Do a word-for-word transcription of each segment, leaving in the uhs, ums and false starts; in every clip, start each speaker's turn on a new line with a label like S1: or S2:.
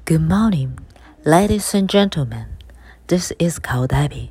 S1: Good morning, ladies and gentlemen. This is Kaodabi.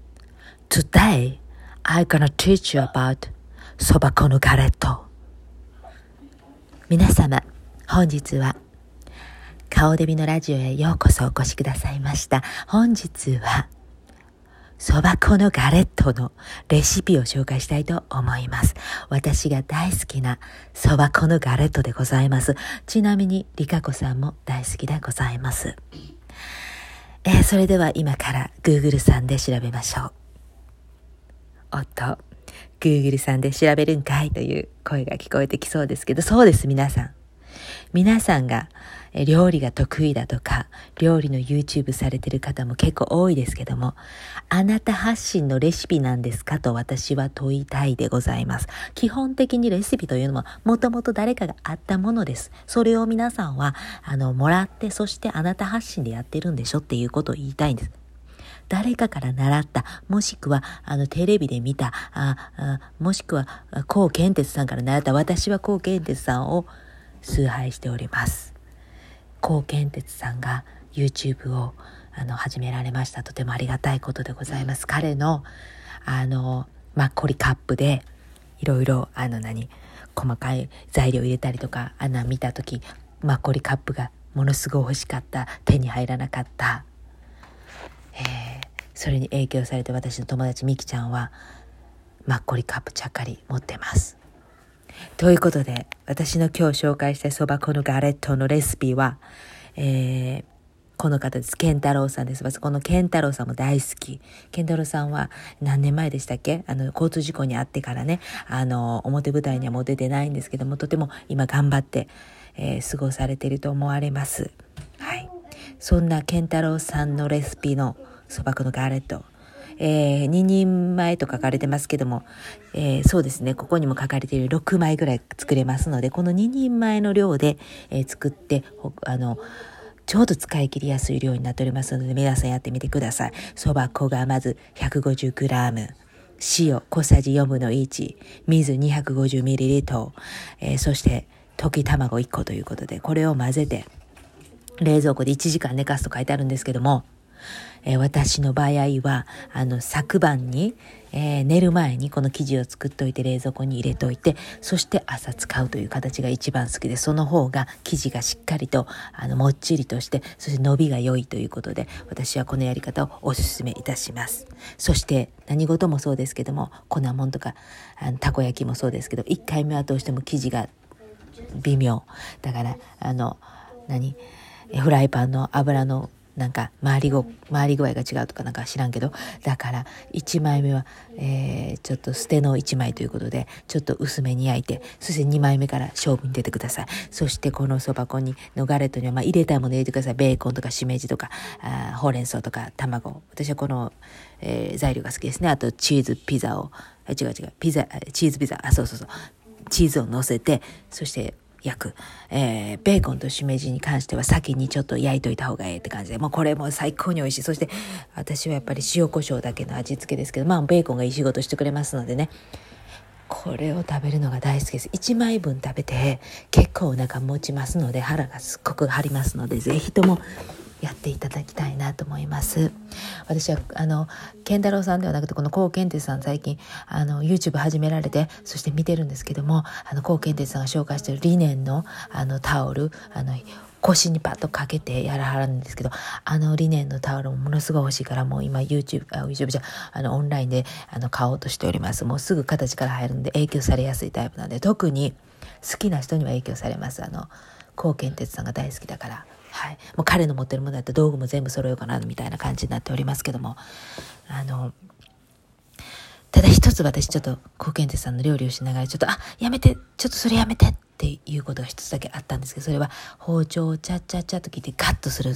S1: Today, I'm gonna teach you about そば粉のガレット。皆様、本日は顔デビのラジオへようこそお越しくださいました。本日はそば粉のガレットのレシピを紹介したいと思います。私が大好きなそば粉のガレットでございます。ちなみにリカ子さんも大好きでございます。えー、それでは今から Google さんで調べましょう。おっと、Google さんで調べるんかいという声が聞こえてきそうですけど、そうです、皆さん。皆さんが料理が得意だとか、料理の YouTube されてる方も結構多いですけども、あなた発信のレシピなんですかと私は問いたいでございます。基本的にレシピというのはもともと誰かがあったものです。それを皆さんはあのもらって、そしてあなた発信でやってるんでしょっていうことを言いたいんです。誰かから習った、もしくはあのテレビで見た、ああもしくは高健哲さんから習った、私は高健哲さんを崇拝しております。高健哲さんが YouTube をあの始められました。とてもありがたいことでございます。彼のあのマッコリカップでいろいろあの何細かい材料入れたりとか、あの見たときマッコリカップがものすごい欲しかった、手に入らなかった、えー、それに影響されて私の友達ミキちゃんはマッコリカップちゃっかり持ってます。ということで、私の今日紹介したそば粉のガレットのレシピは、えー、この方です。健太郎さんです。この健太郎さんも大好き。健太郎さんは何年前でしたっけ？あの交通事故に遭ってからね、あの表舞台にはもう出てないんですけども、とても今頑張って、えー、過ごされていると思われます。はい。そんな健太郎さんのレシピのそば粉のガレット。えー、ににんまえと書かれてますけども、えー、そうですね、ここにも書かれているろくまいぐらい作れますので、このににんまえの量で、えー、作ってあのちょうど使い切りやすい量になっておりますので、皆さんやってみてください。そば粉がまず ひゃくごじゅうグラム、 塩小さじよんぶのいち、水 にひゃくごじゅうミリリットル、えー、そして溶き卵いっこということで、これを混ぜて冷蔵庫でいちじかん寝かすと書いてあるんですけども、えー、私の場合はあの昨晩に、えー、寝る前にこの生地を作っておいて冷蔵庫に入れておいて、そして朝使うという形が一番好きで、その方が生地がしっかりとあのもっちりとして、そして伸びが良いということで、私はこのやり方をおすすめいたします。そして何事もそうですけども、粉もんとかあのたこ焼きもそうですけど、いっかいめはどうしても生地が微妙だから、あの何フライパンの油のなんか回りご回り具合が違うとかなんか知らんけど、だからいちまいめは、えー、ちょっと捨てのいちまいということでちょっと薄めに焼いて、そしてにまいめから勝負に出てください。そしてこのそば粉にのガレットには、まあ、入れたいもの入れてください。ベーコンとかしめじとかあほうれん草とか卵、私はこの、えー、材料が好きですね。あとチーズピザをあ違う違うピザチーズピザあそうそうそうチーズを乗せて、そして焼く、えー、ベーコンとしめじに関しては先にちょっと焼いといた方がいいって感じで、もうこれも最高に美味しい。そして私はやっぱり塩コショウだけの味付けですけど、まあベーコンがいい仕事してくれますのでね、これを食べるのが大好きです。いちまいぶん食べて結構お腹持ちますので、腹がすっごく張りますので、ぜひともやっていただきたいなと思います。私はあの健太郎さんではなくて、この高健哲さん最近あの YouTube 始められて、そして見てるんですけども、あの高健哲さんが紹介しているリネンのあのタオル、あの腰にパッとかけてやらはるんですけど、あのリネンのタオルもものすごい欲しいから、もう今 YouTube あ YouTube じゃあのオンラインであの買おうとしております。もうすぐ形から入るんで影響されやすいタイプなんで、特に好きな人には影響されます。あの高健哲さんが大好きだから。はい、もう彼の持ってるものだったら道具も全部揃えようかなみたいな感じになっておりますけども、あのただ一つ私ちょっと高健哲さんの料理をしながらちょっとあやめてちょっとそれやめてっていうことが一つだけあったんですけど、それは包丁をチャッチャッチャッと切ってガッとする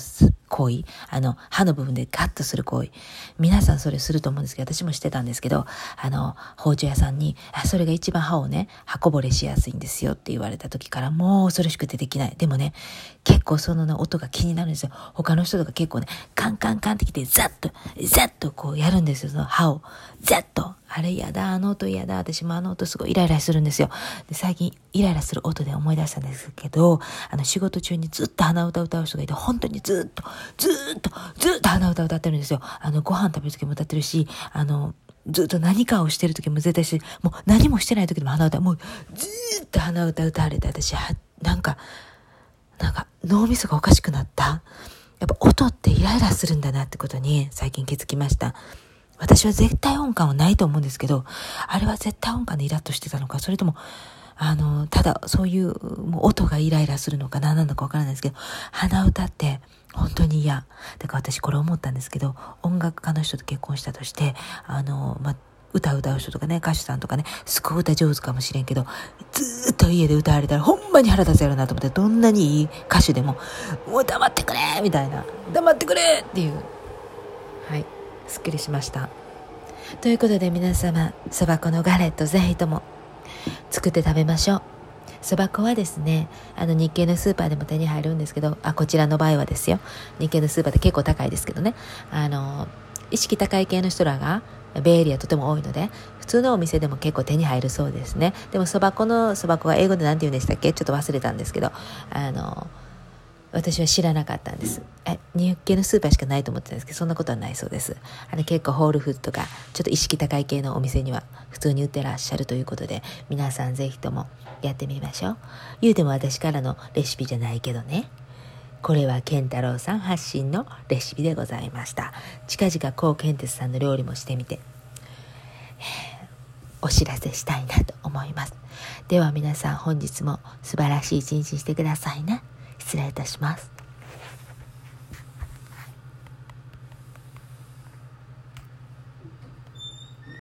S1: 行為、あの刃の部分でガッとする行為、皆さんそれすると思うんですけど、私もしてたんですけど、あの包丁屋さんにあそれが一番刃をね刃こぼれしやすいんですよって言われた時からもう恐ろしくてできない。でもね結構その、ね、音が気になるんですよ。他の人とか結構ねカンカンカンってきてザッとザッとこうやるんですよ。その刃をザッと、あれやだ、あの音やだ、私もあの音すごいイライラするんですよ。で最近イライラする音で思い出したんですけど、あの仕事中にずっと鼻歌歌う人がいて、本当にずっとずっとずっと鼻歌歌ってるんですよ。あのご飯食べる時も歌ってるし、あのずっと何かをしてる時も絶対し、もう何もしてない時でも鼻歌、もうずっと鼻歌歌われて、私はなんかなんか脳みそがおかしくなった。やっぱ音ってイライラするんだなってことに最近気づきました。私は絶対音感はないと思うんですけど、あれは絶対音感でイラッとしてたのか、それともあのただそういうもう音がイライラするのか何なのかわからないですけど、鼻歌って本当に嫌だから、私これ思ったんですけど、音楽家の人と結婚したとして、あのまあ歌う歌う人とかね、歌手さんとかね、すごい歌上手かもしれんけど、ずーっと家で歌われたらほんまに腹立つやろなと思って、どんなにいい歌手でももう黙ってくれみたいな、黙ってくれっていう、はい、すっきりしました。ということで皆様、そば粉のガレットぜひとも作って食べましょう。そば粉はですね、あの日系のスーパーでも手に入るんですけど、あこちらの場合はですよ、日系のスーパーで結構高いですけどね、あの意識高い系の人らがベイエリアとても多いので、普通のお店でも結構手に入るそうですね。でもそば粉のそば粉は英語で何て言うんでしたっけ、ちょっと忘れたんですけど、あの私は知らなかったんです。え日系のスーパーしかないと思ってたんですけど、そんなことはないそうです。あの結構ホールフードとかちょっと意識高い系のお店には普通に売ってらっしゃるということで、皆さんぜひともやってみましょう。言うても私からのレシピじゃないけどね、これは健太郎さん発信のレシピでございました。近々コウケンテツさんの料理もしてみてお知らせしたいなと思います。では皆さん、本日も素晴らしい一日にしてくださいね。失礼いたします。